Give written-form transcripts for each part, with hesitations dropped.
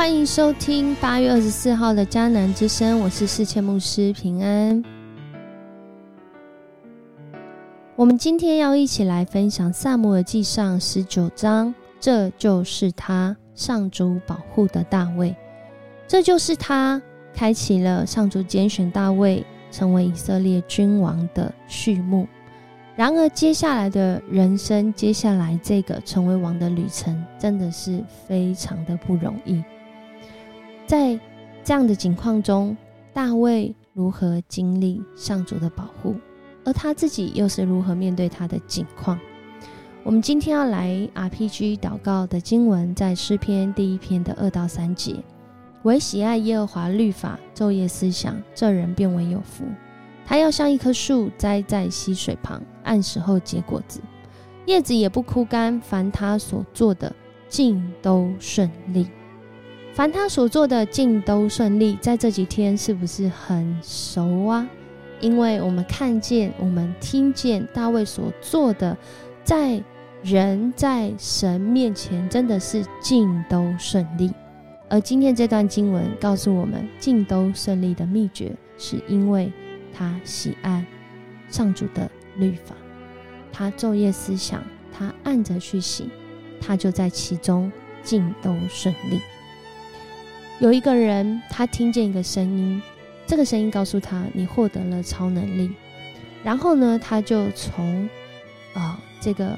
欢迎收听8月24号的迦南之声，我是世谦牧师平安。我们今天要一起来分享撒母耳记上19章，这就是他，上主保护的大卫。这就是他开启了上主拣选大卫成为以色列君王的序幕。然而接下来的人生，接下来这个成为王的旅程，真的是非常的不容易。在这样的境况中，大卫如何经历上主的保护，而他自己又是如何面对他的境况。我们今天要来 RPG 祷告的经文，在诗篇第1篇的2到3节。唯喜爱耶和华律法，昼夜思想，这人便为有福。他要像一棵树栽在溪水旁，按时候结果子，叶子也不枯干，凡他所做的尽都顺利。凡他所做的尽都顺利，在这几天是不是很熟啊？因为我们看见，我们听见大卫所做的，在人在神面前真的是尽都顺利。而今天这段经文告诉我们，尽都顺利的秘诀，是因为他喜爱上主的律法，他昼夜思想，他按着去行，他就在其中尽都顺利。有一个人，他听见一个声音，这个声音告诉他，你获得了超能力。然后呢，他就从这个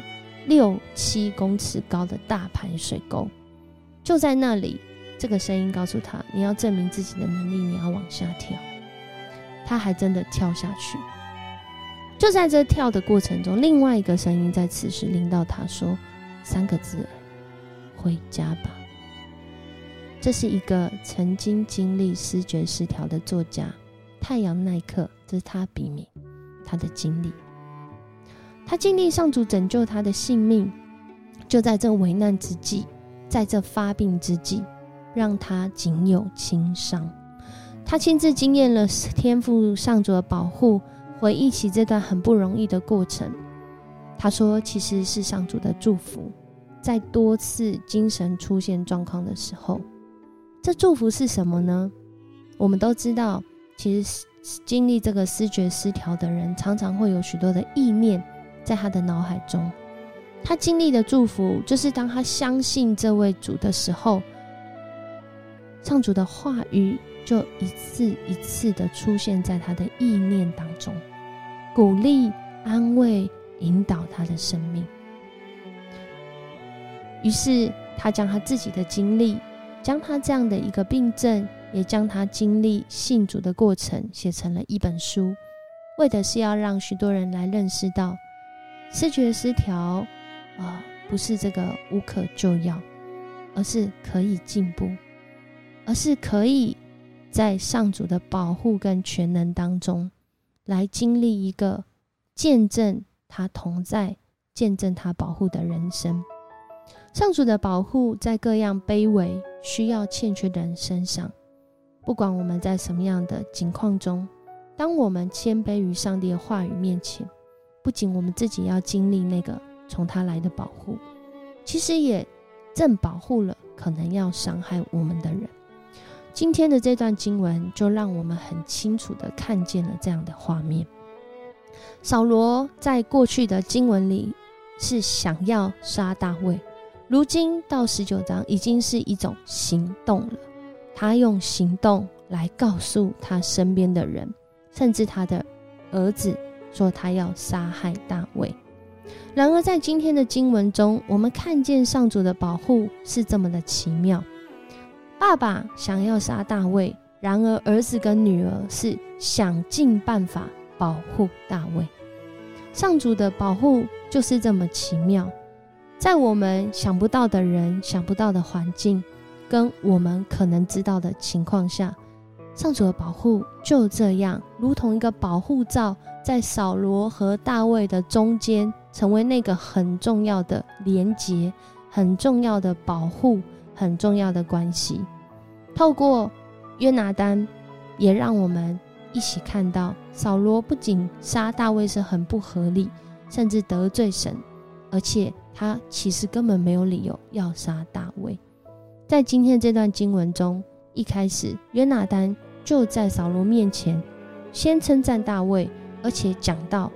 6-7公尺高的大排水沟，就在那里，这个声音告诉他，你要证明自己的能力，你要往下跳。他还真的跳下去。就在这跳的过程中，另外一个声音在此时领导他说3个字，回家吧。这是一个曾经经历思觉失调的作家太阳奈克，这是他笔名，他的经历。他经历上主拯救他的性命，就在这危难之际，在这发病之际，让他仅有轻伤。他亲自经验了天父上主的保护，回忆起这段很不容易的过程。他说其实是上主的祝福，在多次精神出现状况的时候。这祝福是什么呢？我们都知道，其实经历这个思觉失调的人，常常会有许多的意念在他的脑海中。他经历的祝福，就是当他相信这位主的时候，上主的话语就一次一次的出现在他的意念当中，鼓励、安慰、引导他的生命。于是他将他自己的经历，将他这样的一个病症，也将他经历信主的过程写成了一本书，为的是要让许多人来认识到，思觉失调不是这个无可救药，而是可以进步，而是可以在上主的保护跟全能当中，来经历一个见证他同在，见证他保护的人生。上主的保护在各样卑微需要欠缺的人身上，不管我们在什么样的境况中，当我们谦卑于上帝的话语面前，不仅我们自己要经历那个从他来的保护，其实也正保护了可能要伤害我们的人。今天的这段经文就让我们很清楚地看见了这样的画面。扫罗在过去的经文里是想要杀大卫，如今到19章已经是一种行动了。他用行动来告诉他身边的人，甚至他的儿子，说他要杀害大卫。然而在今天的经文中，我们看见上主的保护是这么的奇妙。爸爸想要杀大卫，然而儿子跟女儿是想尽办法保护大卫。上主的保护就是这么奇妙，在我们想不到的人、想不到的环境，跟我们可能知道的情况下，上主的保护就这样如同一个保护罩，在扫罗和大卫的中间，成为那个很重要的连结，很重要的保护，很重要的关系。透过约拿单，也让我们一起看到，扫罗不仅杀大卫是很不合理，甚至得罪神，而且他其实根本没有理由要杀大卫。 在今天这段经文中，一开始约拿单就在扫罗面前先称赞大卫，而且讲到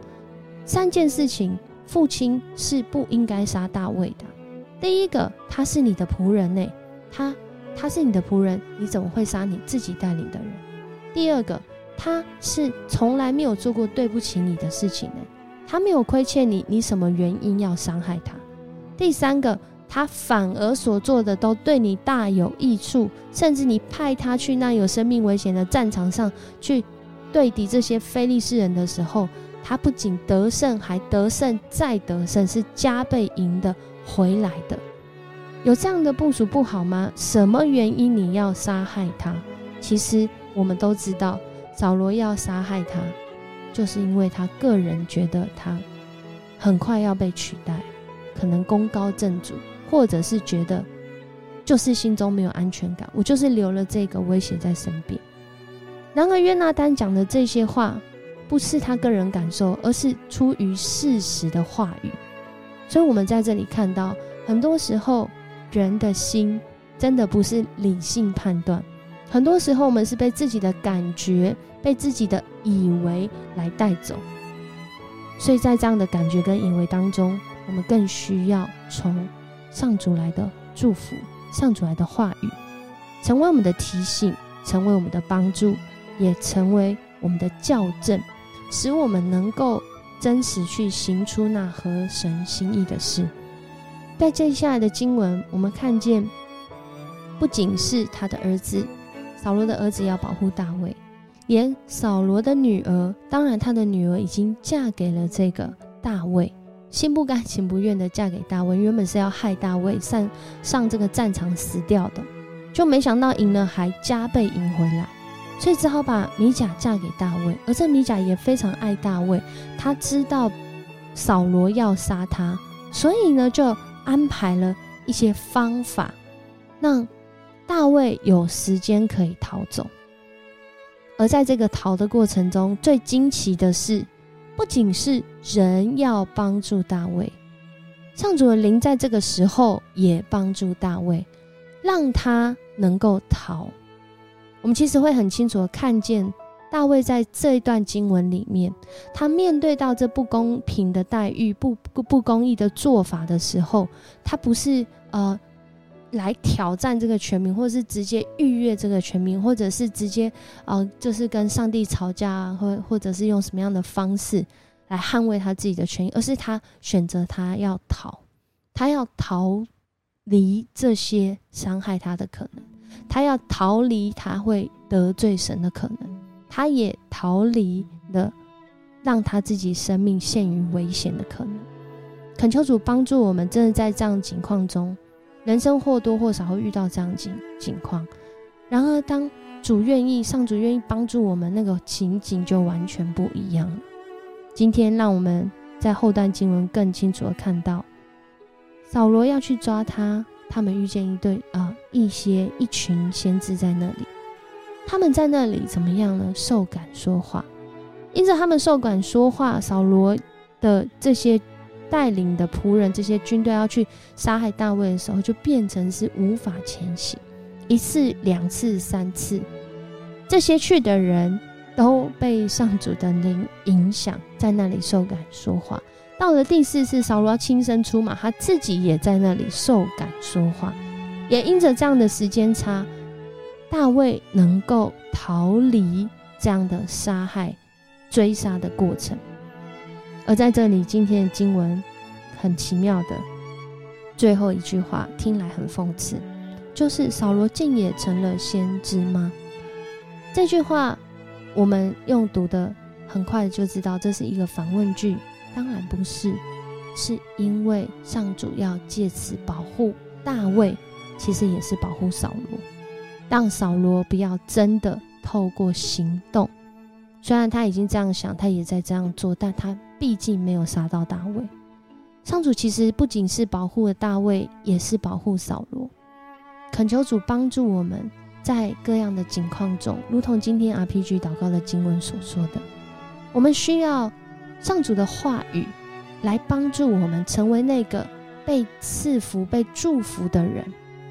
3件事情，父亲是不应该杀大卫的。第一个，他是你的仆人呢，他是你的仆人，你怎么会杀你自己带领的人？第二个，他是从来没有做过对不起你的事情呢，他没有亏欠你，你什么原因要伤害他？第三个，他反而所做的都对你大有益处，甚至你派他去那有生命危险的战场上去对敌这些非利士人的时候，他不仅得胜，还得胜再得胜，是加倍赢的回来的。有这样的部署不好吗？什么原因你要杀害他？其实我们都知道，扫罗要杀害他，就是因为他个人觉得他很快要被取代，可能功高震主，或者是觉得就是心中没有安全感，我就是留了这个威胁在身边。然而约拿单讲的这些话不是他个人感受，而是出于事实的话语。所以我们在这里看到，很多时候人的心真的不是理性判断，很多时候我们是被自己的感觉，被自己的以为来带走。所以在这样的感觉跟以为当中，我们更需要从上主来的祝福，上主来的话语，成为我们的提醒，成为我们的帮助，也成为我们的校正，使我们能够真实去行出那合神心意的事。在接下来的经文，我们看见不仅是他的儿子扫罗的儿子要保护大卫，连扫罗的女儿，当然他的女儿已经嫁给了这个大卫，心不甘情不愿的嫁给大卫，原本是要害大卫上这个战场死掉的，就没想到赢了还加倍赢回来，所以只好把米甲嫁给大卫。而这米甲也非常爱大卫，他知道扫罗要杀他，所以呢就安排了一些方法，让大卫有时间可以逃走。而在这个逃的过程中，最惊奇的是，不仅是人要帮助大卫，上主的灵在这个时候也帮助大卫，让他能够逃。我们其实会很清楚的看见大卫在这一段经文里面，他面对到这不公平的待遇，不公义的做法的时候，他不是来挑战这个权柄，或者是直接逾越这个权柄，或者是直接就是跟上帝吵架，或者是用什么样的方式来捍卫他自己的权益，而是他选择他要逃离这些伤害他的可能，他要逃离他会得罪神的可能，他也逃离了让他自己生命陷于危险的可能。恳求主帮助我们，真的在这样的情况中，人生或多或少会遇到这样的情况，然而当上主愿意帮助我们，那个情景就完全不一样了。今天让我们在后段经文更清楚的看到，扫罗要去抓他们遇见一群先知在那里，他们在那里怎么样呢？受感说话。因着他们受感说话，扫罗的这些带领的仆人，这些军队要去杀害大卫的时候，就变成是无法前行。1次、2次、3次，这些去的人都被上主的灵影响，在那里受感说话。到了第4次，扫罗要亲身出马，他自己也在那里受感说话。也因着这样的时间差，大卫能够逃离这样的杀害、追杀的过程。而在这里，今天的经文很奇妙的最后一句话，听来很讽刺，就是扫罗竟也成了先知吗？这句话我们用读的很快就知道这是一个反问句，当然不是，是因为上主要借此保护大卫，其实也是保护扫罗，让扫罗不要真的透过行动，虽然他已经这样想，他也在这样做，但他毕竟没有杀到大卫。上主其实不仅是保护了大卫，也是保护扫罗。恳求主帮助我们在各样的境况中，如同今天 RPG 祷告的经文所说的，我们需要上主的话语来帮助我们成为那个被赐福、被祝福的人。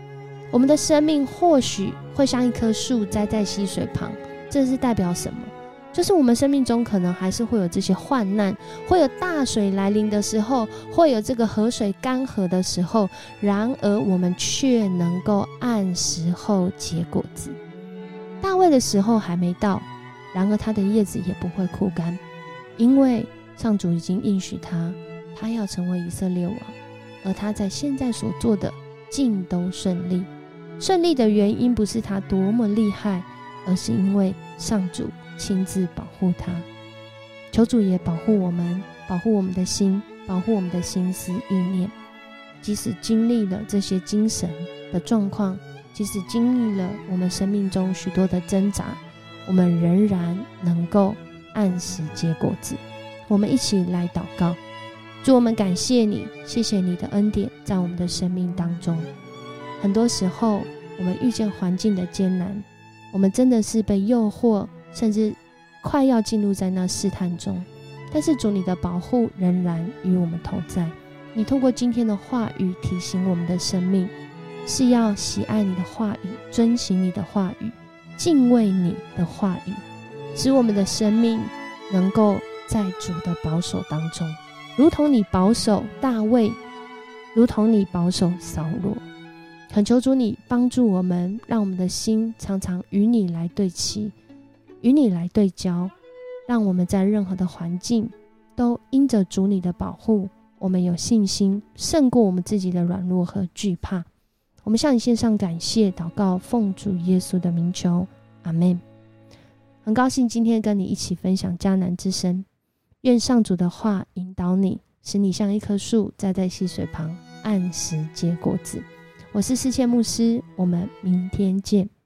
我们的生命或许会像一棵树栽在溪水旁，这是代表什么？就是我们生命中可能还是会有这些患难，会有大水来临的时候，会有这个河水干涸的时候，然而我们却能够按时候结果子。大卫的时候还没到，然而他的叶子也不会枯干，因为上主已经应许他要成为以色列王，而他在现在所做的尽都顺利。顺利的原因不是他多么厉害，而是因为上主亲自保护他。求主也保护我们，保护我们的心，保护我们的心思意念。即使经历了这些精神的状况，即使经历了我们生命中许多的挣扎，我们仍然能够按时结果子。我们一起来祷告。主，我们感谢你，谢谢你的恩典在我们的生命当中。很多时候我们遇见环境的艰难，我们真的是被诱惑，甚至快要进入在那试探中，但是主，你的保护仍然与我们同在。你透过今天的话语提醒我们的生命，是要喜爱你的话语，遵行你的话语，敬畏你的话语，使我们的生命能够在主的保守当中，如同你保守大卫，如同你保守扫罗。恳求主你帮助我们，让我们的心常常与你来对齐，与你来对焦，让我们在任何的环境都因着主你的保护，我们有信心胜过我们自己的软弱和惧怕。我们向你献上感谢祷告，奉主耶稣的名求，阿们。很高兴今天跟你一起分享迦南之声，愿上主的话引导你，使你像一棵树栽在溪水旁，按时结果子。我是世界牧师，我们明天见。